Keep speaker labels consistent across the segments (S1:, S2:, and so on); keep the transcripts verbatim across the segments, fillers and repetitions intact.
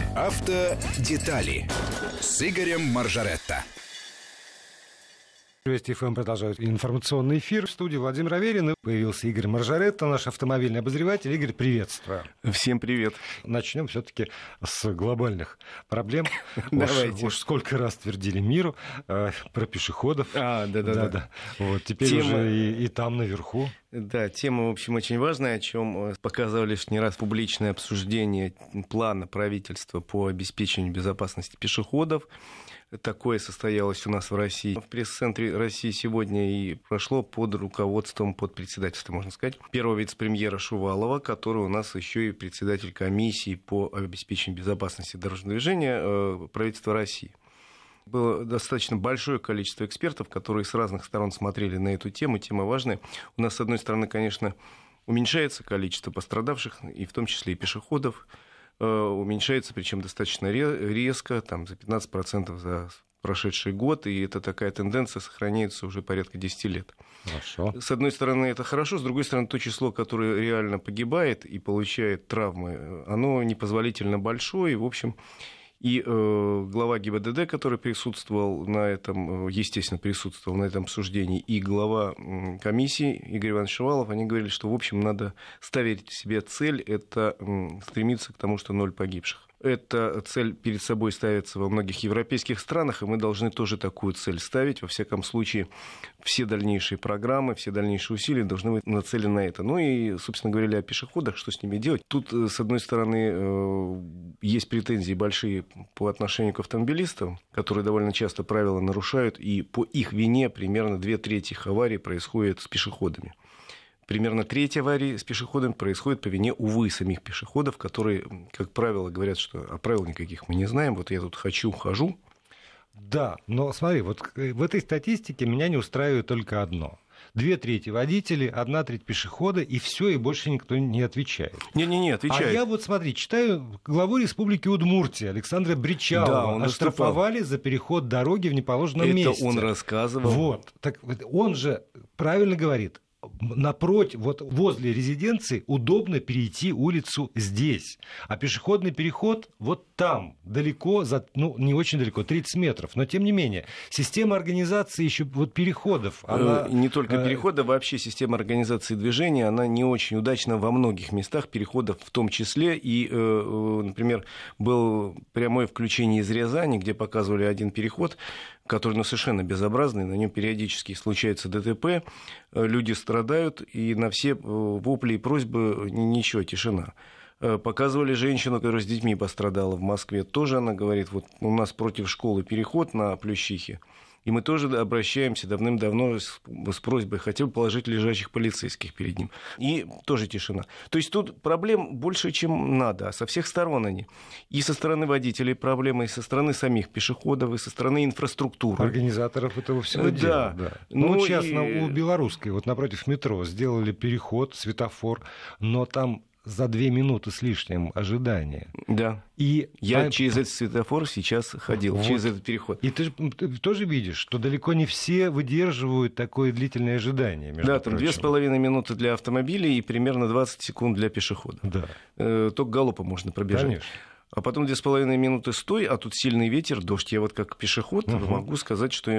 S1: Автодетали с Игорем Маржаретто.
S2: Вести ФМ продолжает информационный эфир. В студии Владимир Аверин. Появился Игорь Маржаретто, наш автомобильный обозреватель. Игорь, приветствую.
S3: Всем привет.
S2: Начнем все-таки с глобальных проблем.
S3: Давайте.
S2: Уж, уж сколько раз твердили миру э, про пешеходов.
S3: А, да-да-да.
S2: Вот, теперь
S3: Тема...
S2: уже и, и там наверху.
S3: Да, тема, в общем, очень важная, о чем показывали лишний раз публичное обсуждение плана правительства по обеспечению безопасности пешеходов. Такое состоялось у нас в России. В пресс-центре России сегодня и прошло под руководством, под председательством, можно сказать, первого вице-премьера Шувалова, который у нас еще и председатель комиссии по обеспечению безопасности дорожного движения правительства России. Было достаточно большое количество экспертов, которые с разных сторон смотрели на эту тему. Тема важная. У нас, с одной стороны, конечно, уменьшается количество пострадавших, и в том числе и пешеходов. Уменьшается, причем достаточно резко, там, за пятнадцать процентов за прошедший год, и это такая тенденция сохраняется уже порядка десять лет.
S2: Хорошо. С
S3: одной стороны, это хорошо, с другой стороны, то число, которое реально погибает и получает травмы, оно непозволительно большое, и, в общем... И э, глава ГИБДД, который присутствовал на этом, естественно, присутствовал на этом обсуждении, и глава комиссии Игорь Иванович Шувалов, они говорили, что, в общем, надо ставить себе цель, это э, стремиться к тому, что ноль погибших. Эта цель перед собой ставится во многих европейских странах, и мы должны тоже такую цель ставить. Во всяком случае, все дальнейшие программы, все дальнейшие усилия должны быть нацелены на это. Ну и, собственно, говорили о пешеходах, что с ними делать. Тут, с одной стороны, есть претензии большие по отношению к автомобилистам, которые довольно часто правила нарушают, и по их вине примерно две трети аварий происходит с пешеходами. Примерно треть аварий с пешеходами происходит по вине, увы, самих пешеходов, которые, как правило, говорят, что а правил никаких мы не знаем, вот я тут хочу, хожу.
S2: Да, но смотри, вот в этой статистике меня не устраивает только одно. Две трети водителей, одна треть пешехода, и все, и больше никто не отвечает.
S3: Не-не-не, отвечает.
S2: А я вот, смотри, читаю главу Республики Удмуртия Александра Бричалова. Да, оштрафовали за переход дороги в неположенном
S3: Это
S2: месте.
S3: Это он рассказывал.
S2: Вот, так он же правильно говорит. Напротив, вот возле резиденции удобно перейти улицу здесь, а пешеходный переход вот там, далеко, за, ну, не очень далеко, тридцать метров, но тем не менее, система организации еще вот переходов. Она...
S3: Не только перехода, вообще система организации движения, она не очень удачна во многих местах, переходов в том числе, и, например, было прямое включение из Рязани, где показывали один переход, который, ну, совершенно безобразный, на нем периодически случается ДТП, люди страдают, и на все вопли и просьбы ничего, тишина. Показывали женщину, которая с детьми пострадала в Москве, тоже она говорит, вот у нас против школы переход на Плющихе, и мы тоже обращаемся давным-давно с, с просьбой, хотел положить лежачих полицейских перед ним. И тоже тишина. То есть тут проблем больше, чем надо, а со всех сторон они. И со стороны водителей проблемы, и со стороны самих пешеходов, и со стороны инфраструктуры.
S2: Организаторов этого всего
S3: да.
S2: дела. Да. Ну,
S3: ну
S2: вот сейчас
S3: и...
S2: на, у Белорусской, вот напротив метро, сделали переход, светофор, но там... за две минуты с лишним ожидания.
S3: Да.
S2: И...
S3: Я
S2: а...
S3: через этот светофор сейчас ходил, вот. Через этот переход.
S2: И ты, ты тоже видишь, что далеко не все выдерживают такое длительное ожидание. Между
S3: да, там две с половиной минуты для автомобилей и примерно двадцать секунд для пешехода.
S2: Да.
S3: Э, только галопом можно пробежать.
S2: Конечно.
S3: А потом две с половиной минуты стой, а тут сильный ветер, дождь. Я вот как пешеход угу. могу сказать, что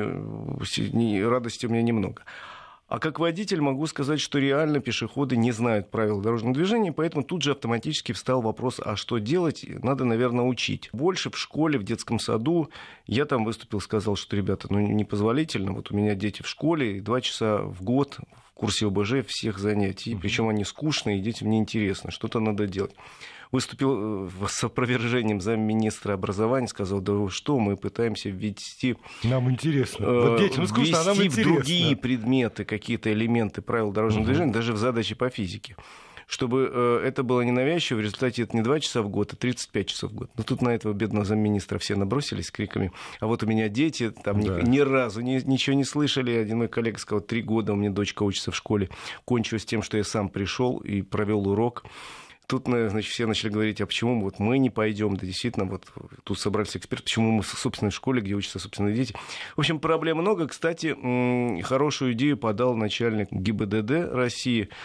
S3: радости у меня немного. А как водитель могу сказать, что реально пешеходы не знают правил дорожного движения, поэтому тут же автоматически встал вопрос, а что делать? Надо, наверное, учить. Больше в школе, в детском саду. Я там выступил, сказал, что, ребята, ну непозволительно. Вот у меня дети в школе, два часа в год в курсе ОБЖ всех занятий. Mm-hmm. Причем они скучные, и детям неинтересно. Что-то надо делать. Выступил с опровержением замминистра образования, сказал, да что, мы пытаемся ввести...
S2: Нам интересно. Вот детям скучно, а нам интересно.
S3: Другие предметы, какие-то элементы правил дорожного угу. движения, даже в задаче по физике. Чтобы это было ненавязчиво, в результате это не два часа в год, а тридцать пять часов в год. Но тут на этого бедного замминистра все набросились с криками, а вот у меня дети, там да. ни, ни разу ни, ничего не слышали. Один мой коллега сказал, три года у меня дочка учится в школе, кончилось тем, что я сам пришел и провел урок. Тут, значит, все начали говорить, а почему вот мы не пойдем? Да, действительно, вот тут собрались эксперты, почему мы в собственной школе, где учатся собственные дети. В общем, проблем много. Кстати, хорошую идею подал начальник ГИБДД России.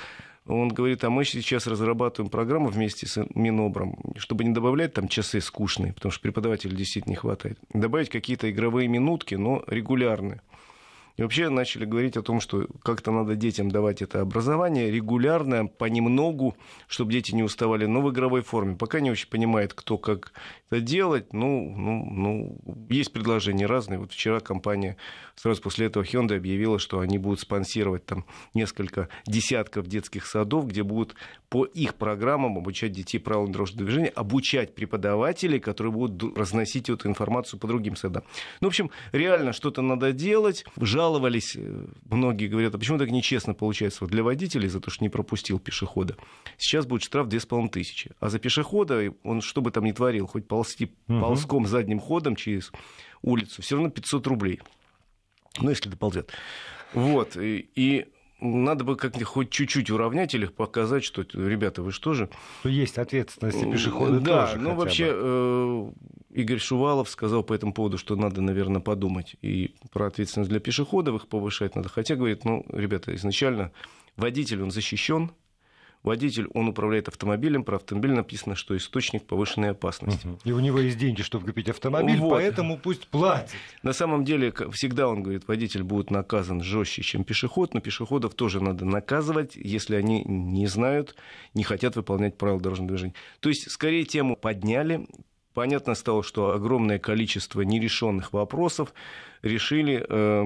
S3: Он говорит, а мы сейчас разрабатываем программу вместе с Минобром, чтобы не добавлять там часы скучные, потому что преподавателей действительно не хватает, добавить какие-то игровые минутки, но регулярные. И вообще начали говорить о том, что как-то надо детям давать это образование регулярно, понемногу, чтобы дети не уставали, но в игровой форме. Пока не очень понимает, кто как это делать. Ну, ну, ну, есть предложения разные. Вот вчера компания сразу после этого Hyundai объявила, что они будут спонсировать там несколько десятков детских садов, где будут по их программам обучать детей правилам дорожного движения, обучать преподавателей, которые будут разносить эту информацию по другим садам. Ну, в общем, реально что-то надо делать. Жаловались, многие говорят, а почему так нечестно получается вот для водителей за то, что не пропустил пешехода. Сейчас будет штраф две с половиной тысячи. А за пешехода, он что бы там ни творил, хоть ползти угу. ползком задним ходом через улицу, все равно пятьсот рублей. Ну, если доползет. Вот. И, и надо бы как-то хоть чуть-чуть уравнять или показать, что, ребята, вы что же...
S2: Есть ответственность и пешеходы
S3: да,
S2: тоже.
S3: Да, ну вообще э, Игорь Шувалов сказал по этому поводу, что надо, наверное, подумать и про ответственность для пешеходов, их повышать надо. Хотя, говорит, ну, ребята, изначально водитель, он защищен. Водитель, он управляет автомобилем, про автомобиль написано, что источник повышенной опасности.
S2: Угу. И у него есть деньги, чтобы купить автомобиль, вот. Поэтому пусть платит.
S3: На самом деле, всегда, он говорит, водитель будет наказан жестче, чем пешеход, но пешеходов тоже надо наказывать, если они не знают, не хотят выполнять правила дорожного движения. То есть, скорее, тему подняли. Понятно стало, что огромное количество нерешенных вопросов. Решили,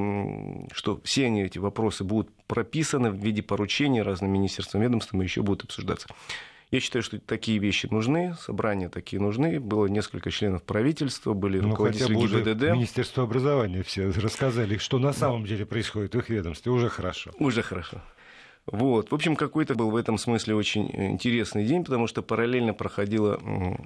S3: что все они, эти вопросы будут прописаны в виде поручений разным министерствам, ведомствам и еще будут обсуждаться. Я считаю, что такие вещи нужны, собрания такие нужны. Было несколько членов правительства, были ну, руководители ГИБДД.
S2: Министерство образования все рассказали, что на самом деле происходит в их ведомстве. Уже хорошо.
S3: Уже хорошо. Вот. В общем, какой-то был в этом смысле очень интересный день, потому что параллельно проходило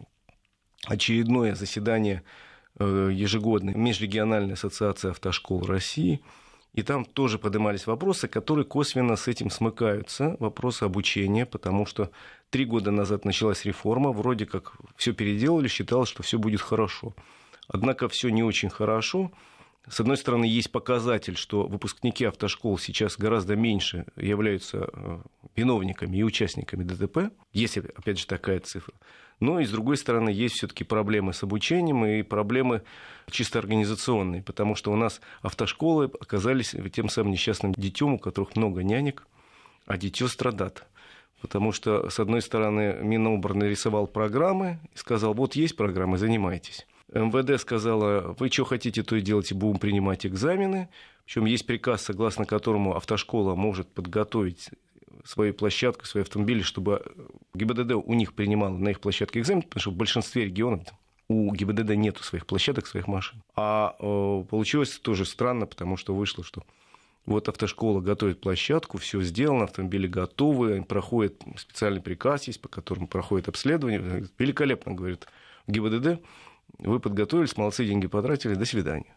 S3: очередное заседание ежегодной межрегиональной ассоциации автошкол России. И там тоже поднимались вопросы, которые косвенно с этим смыкаются. Вопросы обучения, потому что три года назад началась реформа, вроде как все переделали, считалось, что все будет хорошо. Однако все не очень хорошо. С одной стороны, есть показатель, что выпускники автошкол сейчас гораздо меньше являются виновниками и участниками ДТП, если, опять же, такая цифра. Но и, с другой стороны, есть все-таки проблемы с обучением и проблемы чисто организационные, потому что у нас автошколы оказались тем самым несчастным детем, у которых много нянек, а дитё страдат. Потому что, с одной стороны, Минобр нарисовал программы и сказал, вот есть программы, занимайтесь. МВД сказала, вы что хотите, то и делайте, будем принимать экзамены. Причем есть приказ, согласно которому автошкола может подготовить свою площадку, свои автомобили, чтобы ГИБДД у них принимала на их площадке экзамен, потому что в большинстве регионов у ГИБДД нет своих площадок, своих машин. А э, получилось тоже странно, потому что вышло, что вот автошкола готовит площадку, все сделано, автомобили готовы, проходит специальный приказ есть, по которому проходит обследование. Великолепно, говорит ГИБДД, вы подготовились, молодцы, деньги потратили, до свидания.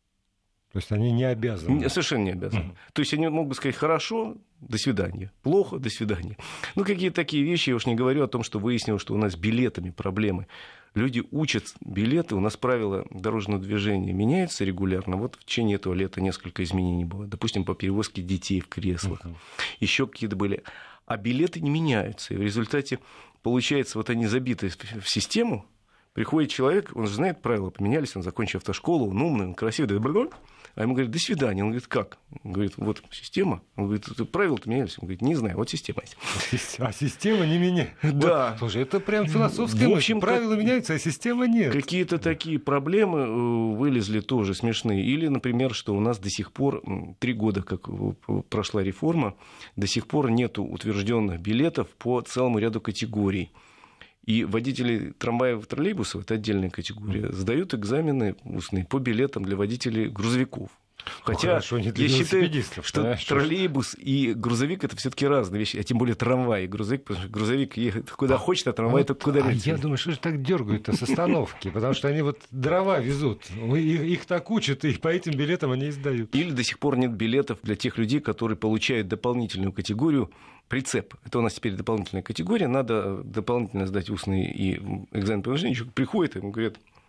S2: То есть они не обязаны?
S3: Совершенно не обязаны. Mm-hmm. То есть они могут сказать хорошо, до свидания, плохо, до свидания. Ну, какие-то такие вещи, я уж не говорю о том, что выяснилось, что у нас с билетами проблемы. Люди учат билеты, у нас правила дорожного движения меняются регулярно. Вот в течение этого лета несколько изменений было. Допустим, по перевозке детей в креслах. Mm-hmm. Еще какие-то были. А билеты не меняются. И в результате, получается, вот они забиты в систему. Приходит человек, он же знает правила, поменялись, он закончил автошколу, он умный, он красивый, а ему говорят, до свидания. Он говорит, как? Он говорит, вот система. Он говорит, правила-то менялись. Он говорит, не знаю, вот система есть.
S2: А система не меняется.
S3: Да.
S2: Вот, слушай, это прям философская мысль. Правила как... меняются, а система нет.
S3: Какие-то такие проблемы вылезли тоже смешные. Или, например, что у нас до сих пор, три года, как прошла реформа, до сих пор нет утвержденных билетов по целому ряду категорий. И водители трамваев и троллейбусов, это отдельная категория, сдают экзамены устные по билетам для водителей грузовиков. Хотя
S2: ну, хорошо, я считаю,
S3: что да, троллейбус и грузовик это все-таки разные вещи, а тем более трамвай и грузовик, потому что грузовик едет куда а, хочет, а трамвай вот, только куда
S2: а
S3: летит.
S2: Я думаю, что же так дергают-то с остановки, потому что они вот дрова везут, их так учат, и по этим билетам они издают.
S3: Или до сих пор нет билетов для тех людей, которые получают дополнительную категорию прицеп. Это у нас теперь дополнительная категория, надо дополнительно сдать устный и экзамен по вождению. Приходит, ему говорят,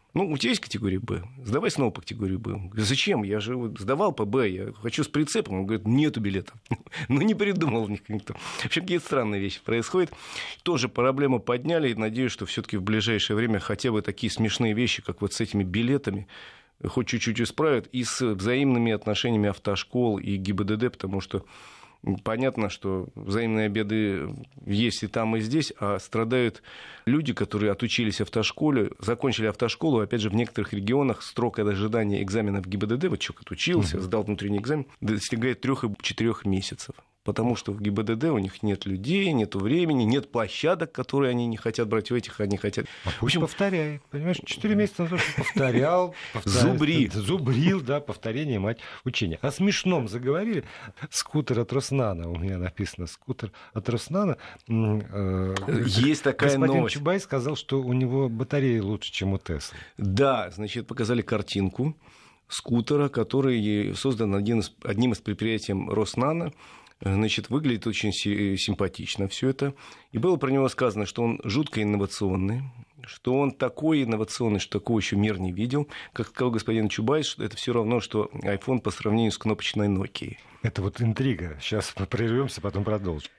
S3: Ну, у тебя есть категория Б, сдавай снова по категории Б. Зачем? Я же вот сдавал по Б, я хочу с прицепом. Он говорит, нету билета. Ну, не придумал никто. В общем, какие-то странные вещи происходят. Тоже проблему подняли, и надеюсь, что все-таки в ближайшее время хотя бы такие смешные вещи, как вот с этими билетами, хоть чуть-чуть исправят, и с взаимными отношениями автошкол и ГИБДД, потому что понятно, что взаимные обеды есть и там, и здесь, а страдают люди, которые отучились в автошколе, закончили автошколу, опять же, в некоторых регионах срок ожидания экзамена в ГИБДД, вот человек отучился, uh-huh. сдал внутренний экзамен, достигает трех-четырех месяцев. Потому что в ГИБДД у них нет людей, нет времени, нет площадок, которые они не хотят брать, в этих они хотят.
S2: А пусть в общем, повторяй. Понимаешь, четыре месяца назад повторял,
S3: повторял, зубрил.
S2: Зубрил, да, повторение, мать учения. О смешном заговорили. Скутер от Роснана, у меня написано, скутер от Роснана.
S3: Есть такая
S2: Господин
S3: новость.
S2: Чубай сказал, что у него батареи лучше, чем у Теслы.
S3: Да, значит, показали картинку скутера, который создан один из, одним из предприятий Роснана. Значит, выглядит очень симпатично все это. И было про него сказано, что он жутко инновационный, что он такой инновационный, что такого еще мир не видел. Как сказал господин Чубайс, что это все равно, что iPhone по сравнению с кнопочной Nokia.
S2: Это вот интрига. Сейчас мы прервемся, потом продолжим.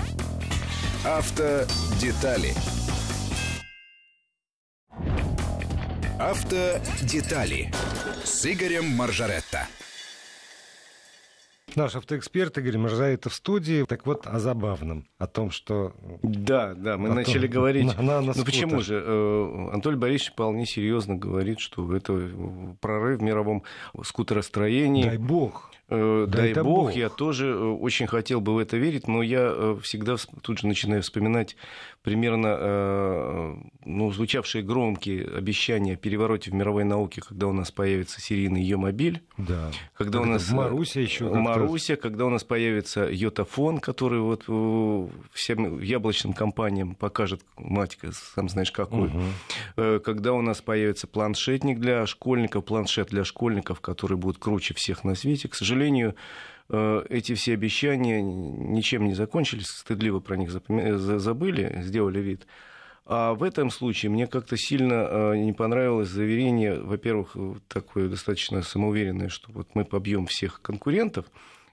S1: Автодетали. Автодетали с Игорем Маржаретто.
S2: Наш автоэксперт Игорь Маржаретто в студии. Так вот, о забавном, о том, что...
S3: Да, да, мы
S2: о
S3: начали
S2: том,
S3: говорить...
S2: На, на, на
S3: ну почему же? Анатолий Борисович вполне серьезно говорит, что это прорыв в мировом скутеростроении.
S2: Дай бог.
S3: Дай, Дай бог, бог, я тоже очень хотел бы в это верить, но я всегда тут же начинаю вспоминать примерно ну, звучавшие громкие обещания о перевороте в мировой науке, когда у нас появится серийный Е-мобиль,
S2: да.
S3: когда
S2: так
S3: у нас
S2: Маруся еще
S3: Маруся, когда у нас появится Йотафон, который вот всем яблочным компаниям покажет, мать, сам знаешь какой, угу. когда у нас появится планшетник для школьников, планшет для школьников, который будет круче всех на свете, к сожалению, К сожалению, эти все обещания ничем не закончились, стыдливо про них забыли, сделали вид. А в этом случае мне как-то сильно не понравилось заверение, во-первых, такое достаточно самоуверенное, что вот мы побьем всех конкурентов,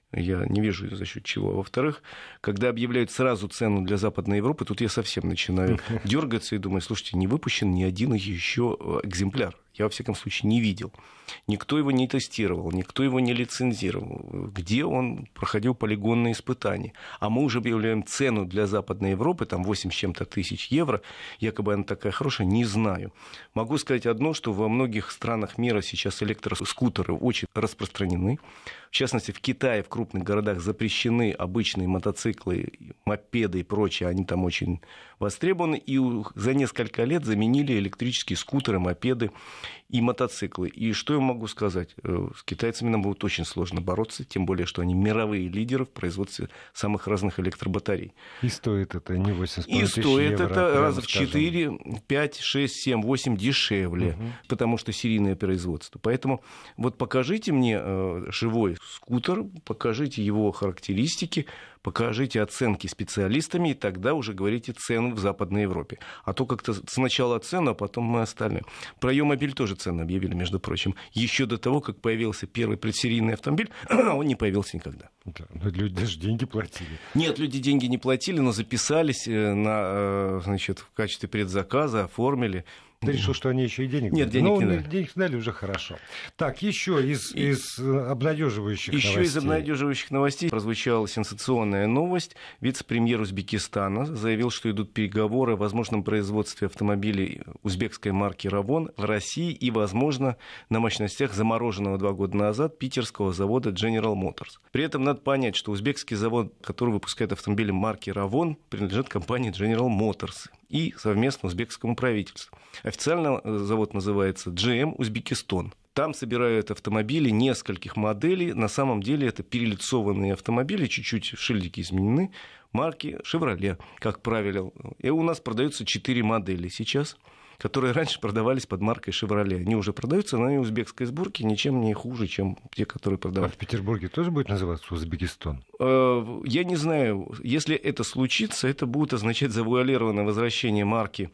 S3: я не вижу за счет чего. Во-вторых, когда объявляют сразу цену для Западной Европы, тут я совсем начинаю дергаться и думаю, слушайте, не выпущен ни один еще экземпляр. Я, во всяком случае, не видел. Никто его не тестировал, никто его не лицензировал. Где он проходил полигонные испытания. А мы уже объявляем цену для Западной Европы, там восемь с чем-то тысяч евро. Якобы она такая хорошая, не знаю. Могу сказать одно, что во многих странах мира сейчас электроскутеры очень распространены. В частности, в Китае, в крупных городах запрещены обычные мотоциклы, мопеды и прочее. Они там очень востребованы. И за несколько лет заменили электрические скутеры, мопеды и мотоциклы. И что я могу сказать? С китайцами нам будет очень сложно бороться, тем более, что они мировые лидеры в производстве самых разных электробатарей.
S2: И стоит это не восемь с половиной тысяч евро.
S3: И стоит это раза в четыре, пять, шесть, семь, восемь дешевле, угу. потому что серийное производство. Поэтому вот покажите мне живой скутер, покажите его характеристики, покажите оценки специалистами, и тогда уже говорите цену в Западной Европе. А то как-то сначала цену, а потом мы остальные. Про Е-мобиль тоже цены объявили, между прочим. Еще до того, как появился первый предсерийный автомобиль, он не появился никогда.
S2: Да, но люди даже деньги платили.
S3: Нет, люди деньги не платили, но записались на, значит, в качестве предзаказа, оформили.
S2: Ты решил, что они еще и денег
S3: Нет,
S2: дали?
S3: денег
S2: ну,
S3: не дали.
S2: Денег дали уже хорошо. Так, еще из,
S3: и...
S2: из обнадеживающих
S3: еще
S2: новостей.
S3: Еще из обнадеживающих новостей прозвучала сенсационная новость. Вице-премьер Узбекистана заявил, что идут переговоры о возможном производстве автомобилей узбекской марки «Равон» в России и, возможно, на мощностях замороженного два года назад питерского завода General Motors. При этом надо понять, что узбекский завод, который выпускает автомобили марки «Равон», принадлежит компании General Motors и совместно узбекскому правительству. Официально завод называется джи эм Узбекистан. Там собирают автомобили нескольких моделей. На самом деле это перелицованные автомобили, чуть-чуть шильдики изменены, марки «Шевроле», как правило. И у нас продаются четыре модели сейчас, которые раньше продавались под маркой «Шевроле». Они уже продаются, но и узбекской сборки ничем не хуже, чем те, которые продавались.
S2: А в Петербурге тоже будет называться Узбекистан?
S3: Я не знаю. Если это случится, это будет означать завуалированное возвращение марки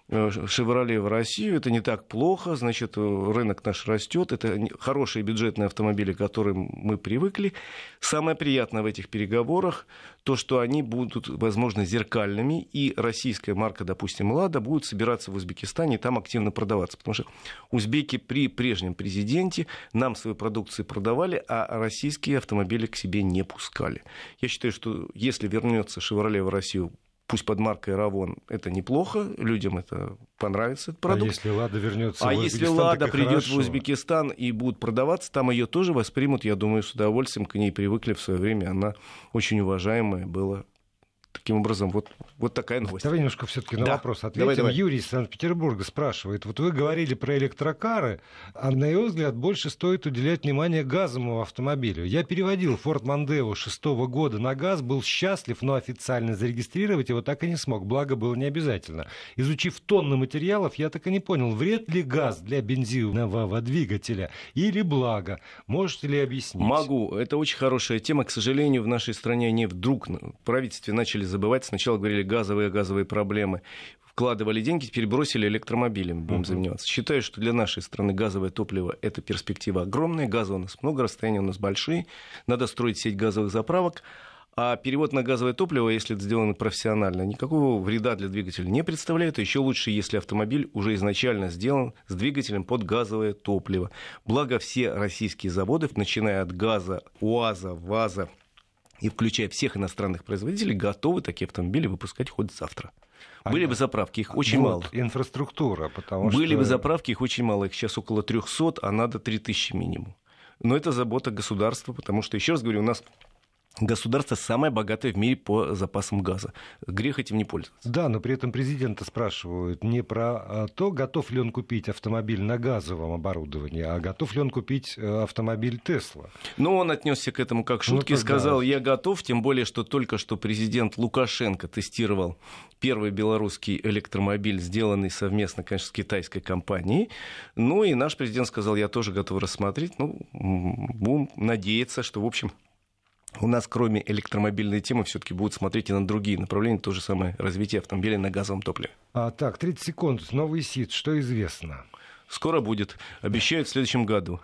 S3: «Шевроле» в Россию. Это не так плохо, значит, рынок наш растет. Это хорошие бюджетные автомобили, к которым мы привыкли. Самое приятное в этих переговорах то, что они будут, возможно, зеркальными, и российская марка, допустим, «Лада», будет собираться в Узбекистане и там активно продаваться. Потому что узбеки при прежнем президенте нам свою продукцию продавали, а российские автомобили к себе не пускали. Я считаю, что если вернется «Шевроле» в Россию, пусть под маркой «Равон», это неплохо, людям это понравится, этот продукт.
S2: А если «Лада» вернется
S3: а
S2: в Узбекистан,
S3: если «Лада» придет
S2: хорошо.
S3: в Узбекистан и будет продаваться, там ее тоже воспримут, я думаю, с удовольствием, к ней привыкли в свое время, она очень уважаемая была. Таким образом, вот, вот такая новость.
S2: Давай немножко все-таки на
S3: да.
S2: вопрос ответим.
S3: Давай, давай.
S2: Юрий из Санкт-Петербурга спрашивает. Вот вы говорили про электрокары, а на его взгляд больше стоит уделять внимание газовому автомобилю. Я переводил Ford Mondeo шестого года на газ, был счастлив, но официально зарегистрировать его так и не смог, благо было не обязательно. Изучив тонны материалов, я так и не понял, вред ли газ для бензинового двигателя или благо. Можете ли объяснить?
S3: Могу. Это очень хорошая тема. К сожалению, в нашей стране они вдруг в правительстве начали забывать. Сначала говорили газовые, газовые проблемы. Вкладывали деньги, теперь бросили электромобилями, будем uh-huh. заниматься. Считаю, что для нашей страны газовое топливо – это перспектива огромная. Газа у нас много, расстояния у нас большие. Надо строить сеть газовых заправок. А перевод на газовое топливо, если это сделано профессионально, никакого вреда для двигателя не представляет. Еще лучше, если автомобиль уже изначально сделан с двигателем под газовое топливо. Благо, все российские заводы, начиная от ГАЗа, УАЗа, ВАЗа, и включая всех иностранных производителей, готовы такие автомобили выпускать хоть завтра. Были бы заправки, их очень
S2: вот
S3: мало.
S2: Инфраструктура, потому
S3: Были
S2: что...
S3: бы заправки, их очень мало. Их сейчас около триста, а надо три тысячи минимум. Но это забота государства, потому что, еще раз говорю, у нас... Государство самое богатое в мире по запасам газа. Грех этим не пользоваться.
S2: Да, но при этом президента спрашивают не про то, готов ли он купить автомобиль на газовом оборудовании, а готов ли он купить автомобиль Тесла.
S3: Ну, он отнесся к этому как к шутке, ну, сказал, я готов, тем более, что только что президент Лукашенко тестировал первый белорусский электромобиль, сделанный совместно, конечно, с китайской компанией. Ну, и наш президент сказал, я тоже готов рассмотреть. Ну, будем надеяться, что, в общем... У нас, кроме электромобильной темы, все-таки будут смотреть и на другие направления, то же самое развитие автомобилей на газовом топливе.
S2: А, так, тридцать секунд. Новый СИД. Что известно?
S3: Скоро будет. Обещают в следующем году.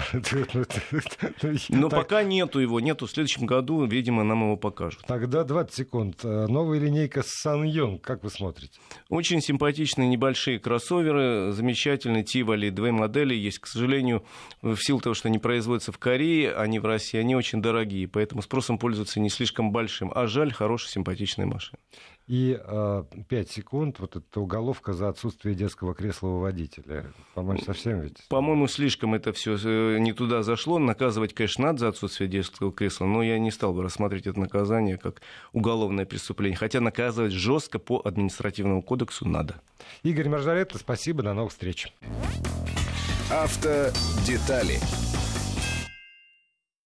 S3: Но пока нету его. Нету. В следующем году, видимо, нам его покажут.
S2: Тогда двадцать секунд. Новая линейка SsangYong. Как вы смотрите?
S3: Очень симпатичные небольшие кроссоверы. Замечательные Tivoli. Две модели есть. К сожалению, в силу того, что они производятся в Корее, а не в России, они очень дорогие. Поэтому спросом пользуются не слишком большим. А жаль, хорошая, симпатичная машина.
S2: И э, пять секунд, вот эта уголовка за отсутствие детского кресла у водителя. По-моему, совсем ведь...
S3: По-моему, слишком это все не туда зашло. Наказывать, конечно, надо за отсутствие детского кресла, но я не стал бы рассматривать это наказание как уголовное преступление. Хотя наказывать жестко по административному кодексу надо.
S2: Игорь Маржаретта, спасибо, до новых встреч.
S1: Автодетали